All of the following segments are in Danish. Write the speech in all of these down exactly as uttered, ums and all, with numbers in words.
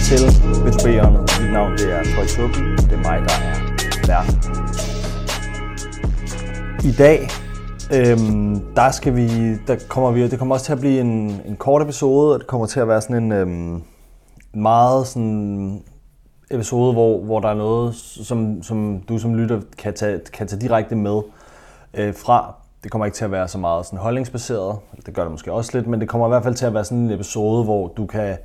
til B to B-hjørnet. Mit navn det er Troy Tobin. Det er mig, der er vært. I dag, øhm, der skal vi, der kommer vi, det kommer også til at blive en, en kort episode, og det kommer til at være sådan en øhm, meget sådan episode, hvor, hvor der er noget, som, som du som lytter kan tage, kan tage direkte med øh, fra. Det kommer ikke til at være så meget sådan holdningsbaseret, det gør det måske også lidt, men det kommer i hvert fald til at være sådan en episode, hvor du kan,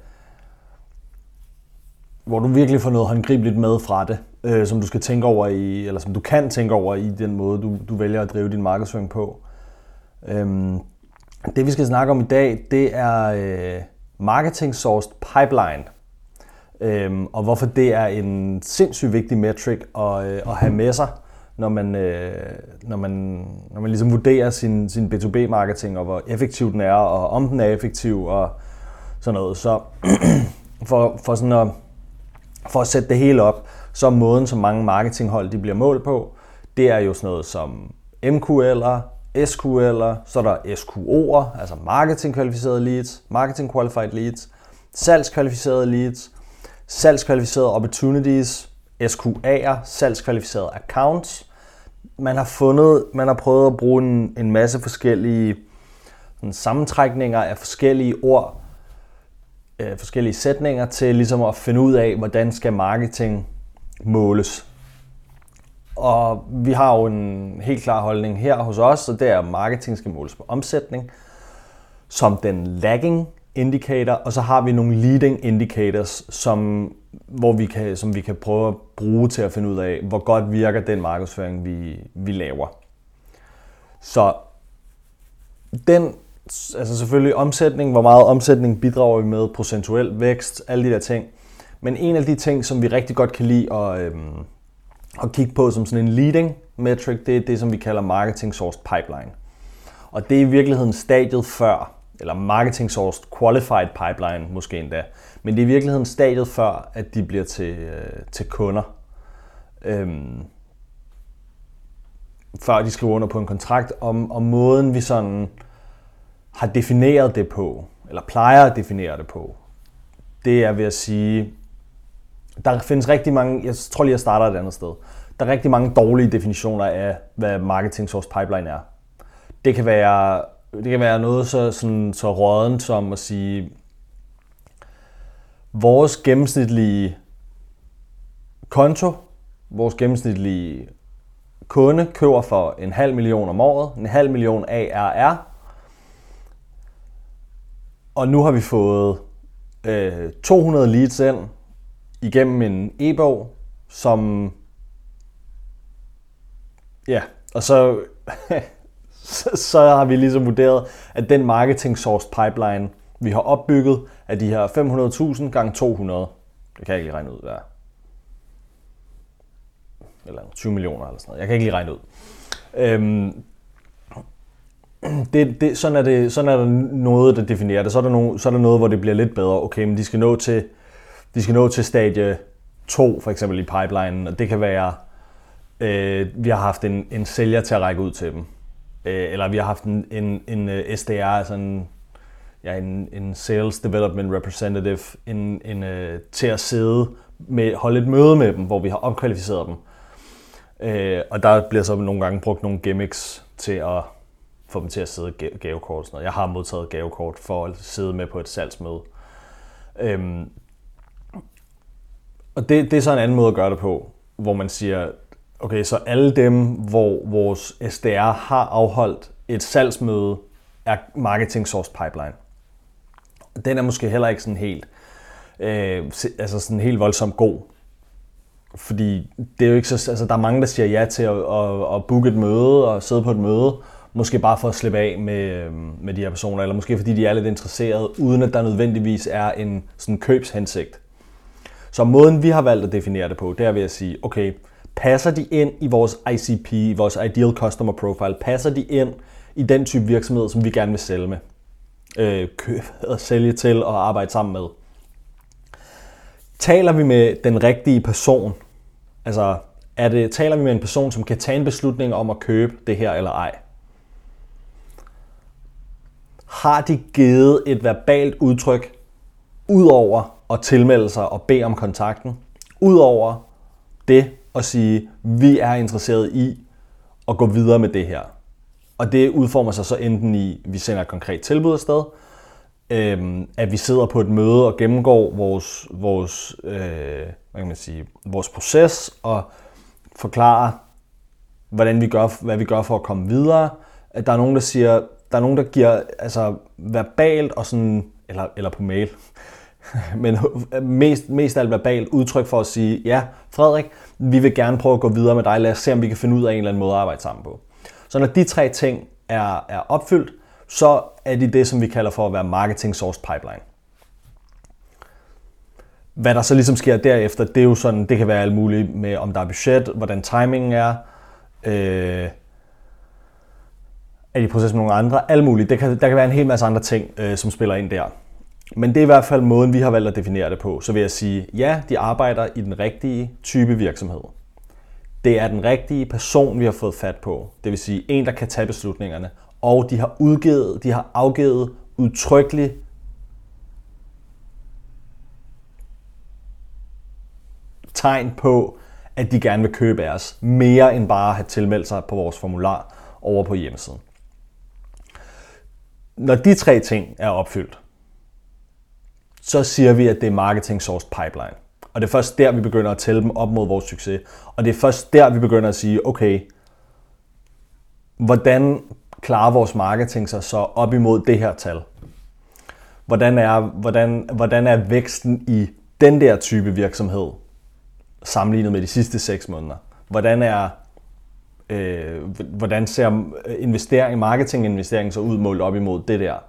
hvor du virkelig får noget håndgribeligt med fra det, øh, som du skal tænke over i, eller som du kan tænke over i den måde, du, du vælger at drive din markedsføring på. Øhm, det vi skal snakke om i dag, det er øh, marketing sourced pipeline, øhm, og hvorfor det er en sindssygt vigtig metric at, øh, at have med sig, når man, øh, når man, når man ligesom vurderer sin, sin B to B-marketing, og hvor effektiv den er, og om den er effektiv, og sådan noget. Så for, for, sådan at, for at sætte det hele op, så måden, som mange marketinghold de bliver målt på, det er jo sådan noget som M Q L'er, S Q L'er, så er der S Q O'er, altså marketing kvalificerede leads, marketing qualified leads, salgskvalificerede leads, salgskvalificerede opportunities, S Q A'er, salgskvalificerede accounts. Man har fundet, man har prøvet at bruge en, en masse forskellige sådan, sammentrækninger af forskellige ord, øh, forskellige sætninger til ligesom at finde ud af, hvordan skal marketing måles. Og vi har jo en helt klar holdning her hos os, og det er, at marketing skal måles på omsætning som den lagging indicator, og så har vi nogle leading indicators, som, hvor vi kan, som vi kan prøve at bruge til at finde ud af, hvor godt virker den markedsføring, vi, vi laver. Så den, altså selvfølgelig omsætning, hvor meget omsætning bidrager vi med, procentuel vækst, alle de der ting. Men en af de ting, som vi rigtig godt kan lide at, øhm, at kigge på som sådan en leading metric, det er det, som vi kalder marketing sourced pipeline. Og det er i virkeligheden stadiet før, eller marketing sourced qualified pipeline måske endda. Men det er i virkeligheden stadiet før, at de bliver til, øh, til kunder. Øhm, før de skriver under på en kontrakt, om, om måden vi sådan har defineret det på, eller plejer at definere det på. Det er ved at sige, der findes rigtig mange, jeg tror lige jeg starter et andet sted. Der er rigtig mange dårlige definitioner af, hvad marketing sourced pipeline er. Det kan være Det kan være noget så, sådan, så rådent som at sige, vores gennemsnitlige konto, vores gennemsnitlige kunde køber for en halv million om året, en halv million A R R, og nu har vi fået øh, to hundrede leads ind igennem en e-bog, som, ja, og så... Så, så har vi ligesom vurderet, at den marketing sourced pipeline, vi har opbygget, af de her fem hundrede tusind gange to hundrede, det kan jeg ikke lige regne ud, hvad er. Eller tyve millioner eller sådan noget, jeg kan ikke lige regne ud. Øhm, det, det, sådan, er det, sådan er der noget, der definerer det. Så er der, no, så er der noget, hvor det bliver lidt bedre. Okay, men de skal nå til, de skal nå til stadie to, for eksempel i pipelinen, og det kan være, øh, vi har haft en, en sælger til at række ud til dem. Eller vi har haft en, en, en S D R, altså en, ja, en, en Sales Development Representative, en, en, uh, til at sidde med, holde et møde med dem, hvor vi har opkvalificeret dem. Uh, og der bliver så nogle gange brugt nogle gimmicks til at få dem til at sidde gavekort og sådan noget. Jeg har modtaget gavekort for at sidde med på et salgsmøde. Um, og det, det er så en anden måde at gøre det på, hvor man siger, okay, så alle dem, hvor vores S D R har afholdt et salgsmøde, er marketing sourced pipeline. Den er måske heller ikke sådan helt, øh, altså sådan helt voldsomt god. Fordi det er jo ikke så, altså der er mange, der siger ja til at, at, at booke et møde og sidde på et møde, måske bare for at slippe af med, med de her personer, eller måske fordi de er lidt interesserede, uden at der nødvendigvis er en sådan købshensigt. Så måden vi har valgt at definere det på, det er ved at sige, okay, passer de ind i vores I C P, vores Ideal Customer Profile? Passer de ind i den type virksomhed, som vi gerne vil sælge med? Øh, købe og sælge til og arbejde sammen med? Taler vi med den rigtige person? Altså, er det, taler vi med en person, som kan tage en beslutning om at købe det her eller ej? Har de givet et verbalt udtryk, ud over at tilmelde sig og bede om kontakten. Udover det at sige, vi er interesseret i at gå videre med det her. Og det udformer sig så enten i, vi sender et konkret tilbud afsted, øhm, at vi sidder på et møde og gennemgår vores, vores, øh, hvad kan man sige, vores proces og forklarer, hvordan vi gør, hvad vi gør for at komme videre. At der er nogen, der siger, der er nogen, der giver altså verbalt og sådan, eller, eller på mail, men mest, mest alt verbalt udtryk for at sige, ja, Frederik, vi vil gerne prøve at gå videre med dig, lad os se, om vi kan finde ud af en eller anden måde at arbejde sammen på. Så når de tre ting er, er opfyldt, så er det det, som vi kalder for at være marketing sourced pipeline. Hvad der så ligesom sker derefter, det er jo sådan, det kan være alt muligt med, om der er budget, hvordan timingen er, øh, er de i proces med nogle andre, alt muligt. Der kan, der kan være en hel masse andre ting, øh, som spiller ind der. Men det er i hvert fald måden, vi har valgt at definere det på. Så vil jeg sige, ja, de arbejder i den rigtige type virksomhed. Det er den rigtige person, vi har fået fat på. Det vil sige en, der kan tage beslutningerne. Og de har, udgivet, de har afgivet udtrykkeligt tegn på, at de gerne vil købe af os. Mere end bare at have tilmeldt sig på vores formular over på hjemmesiden. Når de tre ting er opfyldt, så siger vi, at det er marketing sourced pipeline. Og det er først der, vi begynder at tælle dem op mod vores succes. Og det er først der, vi begynder at sige, okay, hvordan klarer vores marketing sig så op imod det her tal? Hvordan er, hvordan, hvordan er væksten i den der type virksomhed sammenlignet med de sidste seks måneder? Hvordan er øh, hvordan ser investering, marketinginvesteringen så ud målt op imod det der?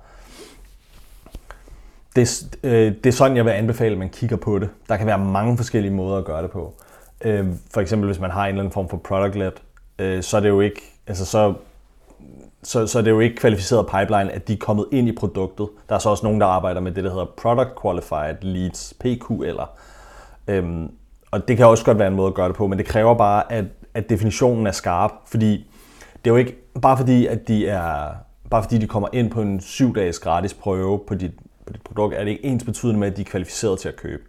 Det, øh, det er sådan, jeg vil anbefale, at man kigger på det. Der kan være mange forskellige måder at gøre det på. Øh, for eksempel, hvis man har en eller anden form for product-led, øh, så er det jo ikke, altså så, så, så er det jo ikke kvalificeret pipeline, at de er kommet ind i produktet. Der er så også nogen, der arbejder med det, der hedder Product Qualified Leads, P Q L'er. Øh, og det kan også godt være en måde at gøre det på, men det kræver bare, at, at definitionen er skarp, fordi det er jo ikke bare fordi, at de er, bare fordi de kommer ind på en syv dages gratis prøve på dit på dit produkt, er det ikke ens betydende med, at de er kvalificeret til at købe.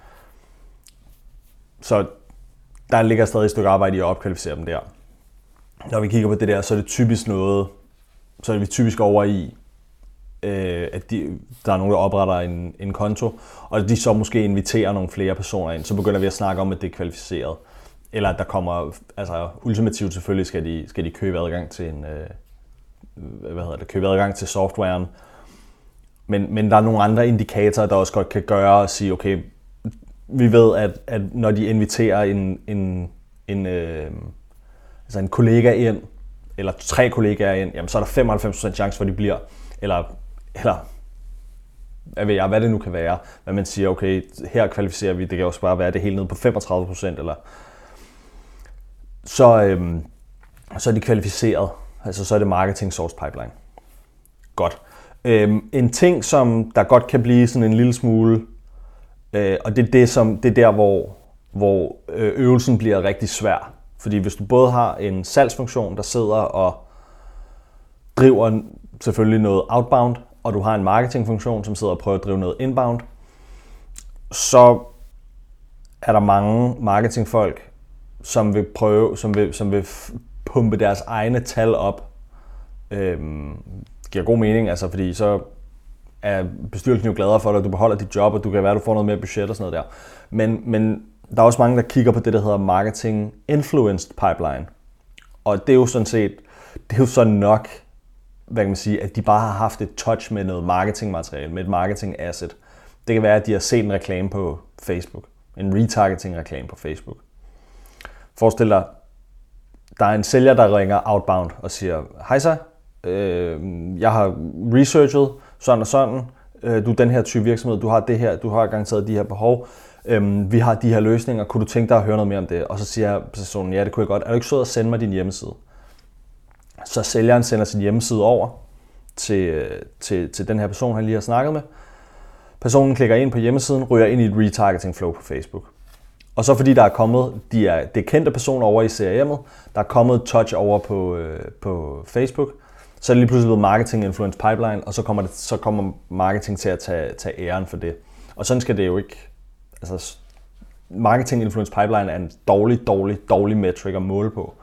Så der ligger stadig et stykke arbejde i at opkvalificere dem der. Når vi kigger på det der, så er det typisk noget, så er vi typisk over i, øh, at de, der er nogen, der opretter en, en konto, og de så måske inviterer nogle flere personer ind, så begynder vi at snakke om, at det er kvalificeret. Eller at der kommer, altså ultimativt selvfølgelig skal de, skal de købe adgang til en, øh, hvad hedder det, købe adgang til softwaren. Men, men der er nogle andre indikatorer, der også godt kan gøre og sige, okay, vi ved, at, at når de inviterer en, en, en, øh, altså en kollega ind, eller tre kollegaer ind, jamen så er der femoghalvfems procent chance for, at de bliver, eller, eller hvad ved jeg, hvad det nu kan være, hvad man siger, okay, her kvalificerer vi, det kan også bare være, det helt ned på femogtredive procent, eller så, øh, så er de kvalificeret, altså så er det marketing source pipeline. Godt. Øhm, en ting, som der godt kan blive sådan en lille smule, øh, og det er, det, som, det er der, hvor, hvor øvelsen bliver rigtig svær. Fordi hvis du både har en salgsfunktion, der sidder og driver selvfølgelig noget outbound, og du har en marketingfunktion, som sidder og prøver at drive noget inbound, så er der mange marketingfolk, som vil prøve, som vil, som vil pumpe deres egne tal op. Øhm, giver god mening, altså fordi så er bestyrelsen jo gladere for dig, at du beholder dit job, og du kan være, at du får noget mere budget og sådan noget der. Men, men der er også mange, der kigger på det, der hedder marketing influenced pipeline. Og det er jo sådan set, det er jo så nok, hvad kan man sige, at de bare har haft et touch med noget marketingmateriale, med et marketing asset. Det kan være, at de har set en reklame på Facebook, en retargeting reklame på Facebook. Forestil dig, der er en sælger, der ringer outbound og siger, hej så, jeg har researchet sådan og sådan, du er den her type virksomhed, du har det her, du har garanteret de her behov, vi har de her løsninger, kunne du tænke dig at høre noget mere om det? Og så siger personen, ja, det kunne jeg godt. Er du ikke sød at sende mig din hjemmeside? Så sælgeren sender sin hjemmeside over til, til, til den her person, han lige har snakket med. Personen klikker ind på hjemmesiden, ryger ind i et retargeting flow på Facebook. Og så fordi der er kommet, de er, det er kendte personer over i C R M'et, der er kommet et touch over på, øh, på Facebook, så er det lige pludselig blevet marketing influence pipeline, og så kommer, det, så kommer marketing til at tage, tage æren for det. Og sådan skal det jo ikke, altså, marketing influence pipeline er en dårlig, dårlig, dårlig metric at måle på.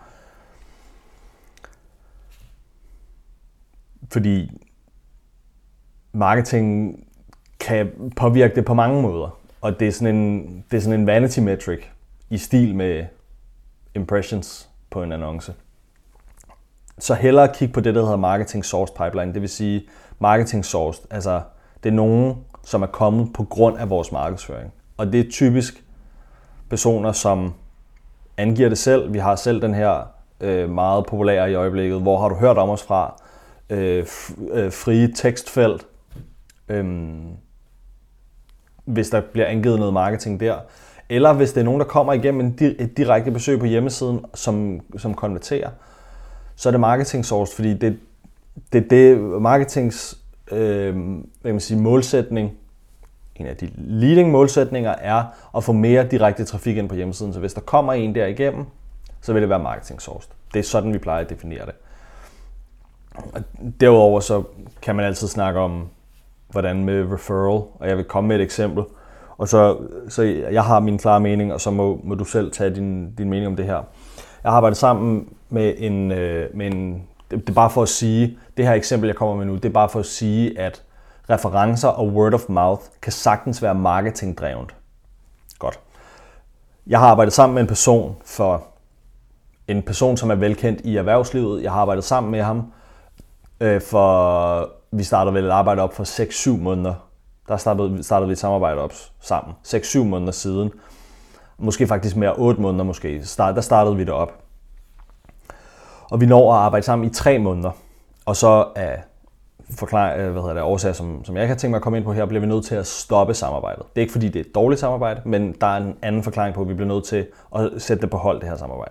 Fordi marketing kan påvirke det på mange måder. Og det er sådan en, det er sådan en vanity metric i stil med impressions på en annonce. Så hellere kigge på det, der hedder marketing sourced pipeline. Det vil sige marketing sourced. Altså det er nogen, som er kommet på grund af vores markedsføring. Og det er typisk personer, som angiver det selv. Vi har selv den her øh, meget populære i øjeblikket. Hvor har du hørt om os fra? Øh, frie tekstfelt. Øhm, hvis der bliver angivet noget marketing der. Eller hvis det er nogen, der kommer igennem en di- et direkte besøg på hjemmesiden, som, som konverterer, så er det marketing sourced, fordi det det, det marketings øh, hvad man sige, målsætning, en af de leading målsætninger er at få mere direkte trafik ind på hjemmesiden. Så hvis der kommer en der igennem, så vil det være marketing sourced. Det er sådan, vi plejer at definere det. Og derudover så kan man altid snakke om, hvordan med referral, og jeg vil komme med et eksempel. Og så, så jeg har min klare mening, og så må, må du selv tage din, din mening om det her. Jeg har arbejdet sammen med en, med en, det er bare for at sige, det her eksempel, jeg kommer med nu, det er bare for at sige, at referencer og word of mouth kan sagtens være marketingdrevet. Godt. Jeg har arbejdet sammen med en person, for en person, som er velkendt i erhvervslivet. Jeg har arbejdet sammen med ham, øh, for vi startede vel et arbejde op for seks syv måneder. Der startede, startede vi et samarbejde op sammen. seks syv måneder siden. Måske faktisk mere otte måneder måske. Start, der startede vi det op. Og vi når at arbejde sammen i tre måneder. Og så af forklare, hvad hedder det, årsager, som, som jeg ikke har tænkt mig at komme ind på her, bliver vi nødt til at stoppe samarbejdet. Det er ikke fordi, det er et dårligt samarbejde, men der er en anden forklaring på, at vi bliver nødt til at sætte det på hold, det her samarbejde.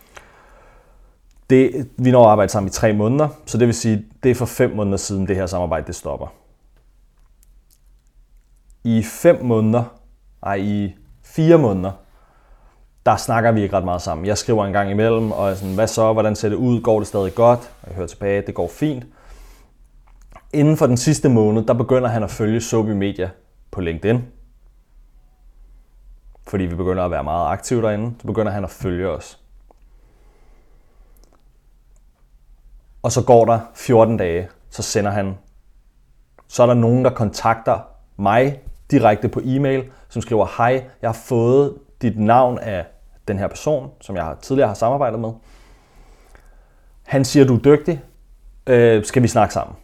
Det, vi når at arbejde sammen i tre måneder, så det vil sige, det er for fem måneder siden, det her samarbejde det stopper. I fem måneder, ej i fire måneder, der snakker vi ikke ret meget sammen. Jeg skriver en gang imellem, og sådan, hvad så, hvordan ser det ud, går det stadig godt? Og jeg hører tilbage, det går fint. Inden for den sidste måned, der begynder han at følge Sobi Media på LinkedIn. Fordi vi begynder at være meget aktive derinde, så begynder han at følge os. Og så går der fjorten dage, så sender han, så er der nogen, der kontakter mig direkte på e-mail, som skriver, hej, jeg har fået dit navn af den her person, som jeg tidligere har samarbejdet med. Han siger, du er dygtig, øh, skal vi snakke sammen?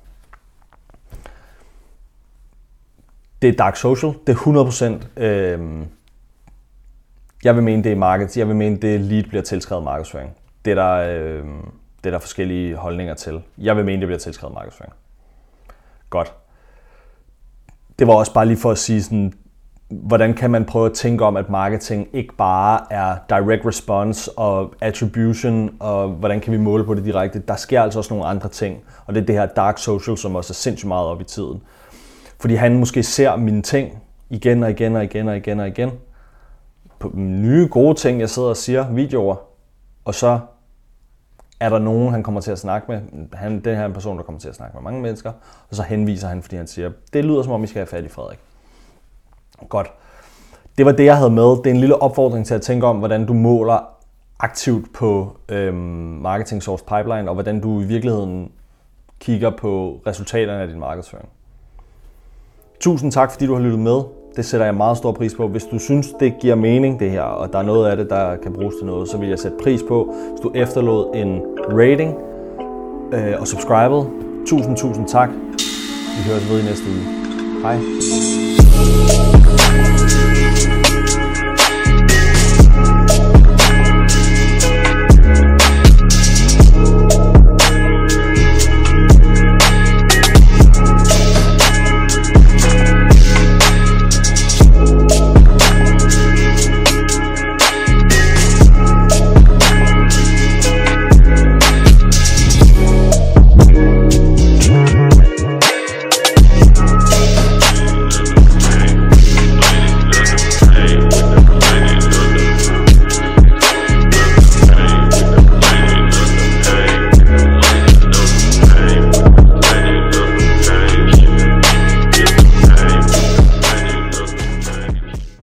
Det er dark social, det er hundrede procent, øh, jeg vil mene, det er market, jeg vil mene, det lead bliver tilskrevet markedsføring. Det er der, øh, det er der forskellige holdninger til. Jeg vil mene, det bliver tilskrevet markedsføring. Godt. Det var også bare lige for at sige sådan, hvordan kan man prøve at tænke om, at marketing ikke bare er direct response og attribution, og hvordan kan vi måle på det direkte. Der sker altså også nogle andre ting, og det er det her dark social, som også er sindssygt meget op i tiden. Fordi han måske ser mine ting igen og igen og igen og igen og igen. På nye gode ting, jeg sidder og siger, videoer, og så er der nogen, han kommer til at snakke med. Han, det her er en person, der kommer til at snakke med mange mennesker, og så henviser han, fordi han siger, det lyder som om, I skal have fat i Frederik. Godt. Det var det, jeg havde med. Det er en lille opfordring til at tænke om, hvordan du måler aktivt på øhm, marketing source pipeline, og hvordan du i virkeligheden kigger på resultaterne af din markedsføring. Tusind tak, fordi du har lyttet med. Det sætter jeg meget stor pris på. Hvis du synes, det giver mening det her, og der er noget af det, der kan bruges til noget, så vil jeg sætte pris på, hvis du efterlod en rating øh, og subscribede. Tusind, tusind tak. Vi høres ved i næste uge. Hej.